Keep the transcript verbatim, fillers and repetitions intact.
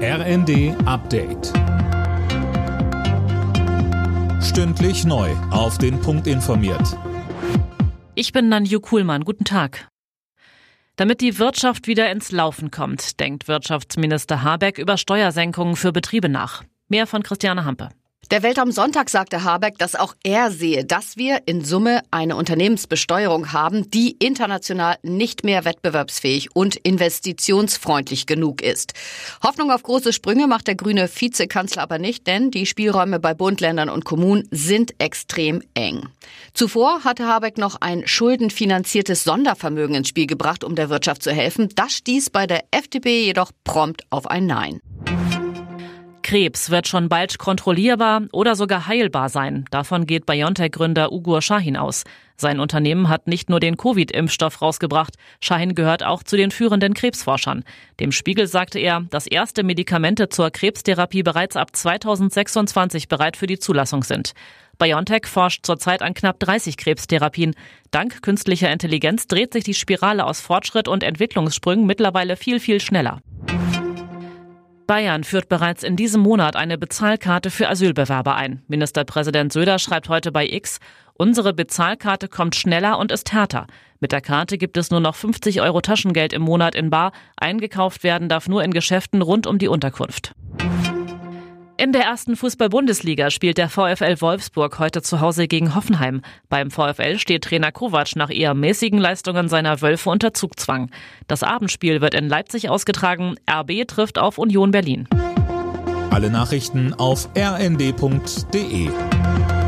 R N D Update. Stündlich neu auf den Punkt informiert. Ich bin Nanju Kuhlmann. Guten Tag. Damit die Wirtschaft wieder ins Laufen kommt, denkt Wirtschaftsminister Habeck über Steuersenkungen für Betriebe nach. Mehr von Christiane Hampe. Der Welt am Sonntag sagte Habeck, dass auch er sehe, dass wir in Summe eine Unternehmensbesteuerung haben, die international nicht mehr wettbewerbsfähig und investitionsfreundlich genug ist. Hoffnung auf große Sprünge macht der grüne Vizekanzler aber nicht, denn die Spielräume bei Bund, Ländern und Kommunen sind extrem eng. Zuvor hatte Habeck noch ein schuldenfinanziertes Sondervermögen ins Spiel gebracht, um der Wirtschaft zu helfen. Das stieß bei der F D P jedoch prompt auf ein Nein. Krebs wird schon bald kontrollierbar oder sogar heilbar sein. Davon geht BioNTech-Gründer Ugur Sahin aus. Sein Unternehmen hat nicht nur den Covid-Impfstoff rausgebracht, Sahin gehört auch zu den führenden Krebsforschern. Dem Spiegel sagte er, dass erste Medikamente zur Krebstherapie bereits ab zweitausendsechsundzwanzig bereit für die Zulassung sind. BioNTech forscht zurzeit an knapp dreißig Krebstherapien. Dank künstlicher Intelligenz dreht sich die Spirale aus Fortschritt und Entwicklungssprüngen mittlerweile viel, viel schneller. Bayern führt bereits in diesem Monat eine Bezahlkarte für Asylbewerber ein. Ministerpräsident Söder schreibt heute bei X, unsere Bezahlkarte kommt schneller und ist härter. Mit der Karte gibt es nur noch fünfzig Euro Taschengeld im Monat in bar. Eingekauft werden darf nur in Geschäften rund um die Unterkunft. In der ersten Fußball-Bundesliga spielt der VfL Wolfsburg heute zu Hause gegen Hoffenheim. Beim VfL steht Trainer Kovac nach eher mäßigen Leistungen seiner Wölfe unter Zugzwang. Das Abendspiel wird in Leipzig ausgetragen. R B trifft auf Union Berlin. Alle Nachrichten auf r n d punkt d e.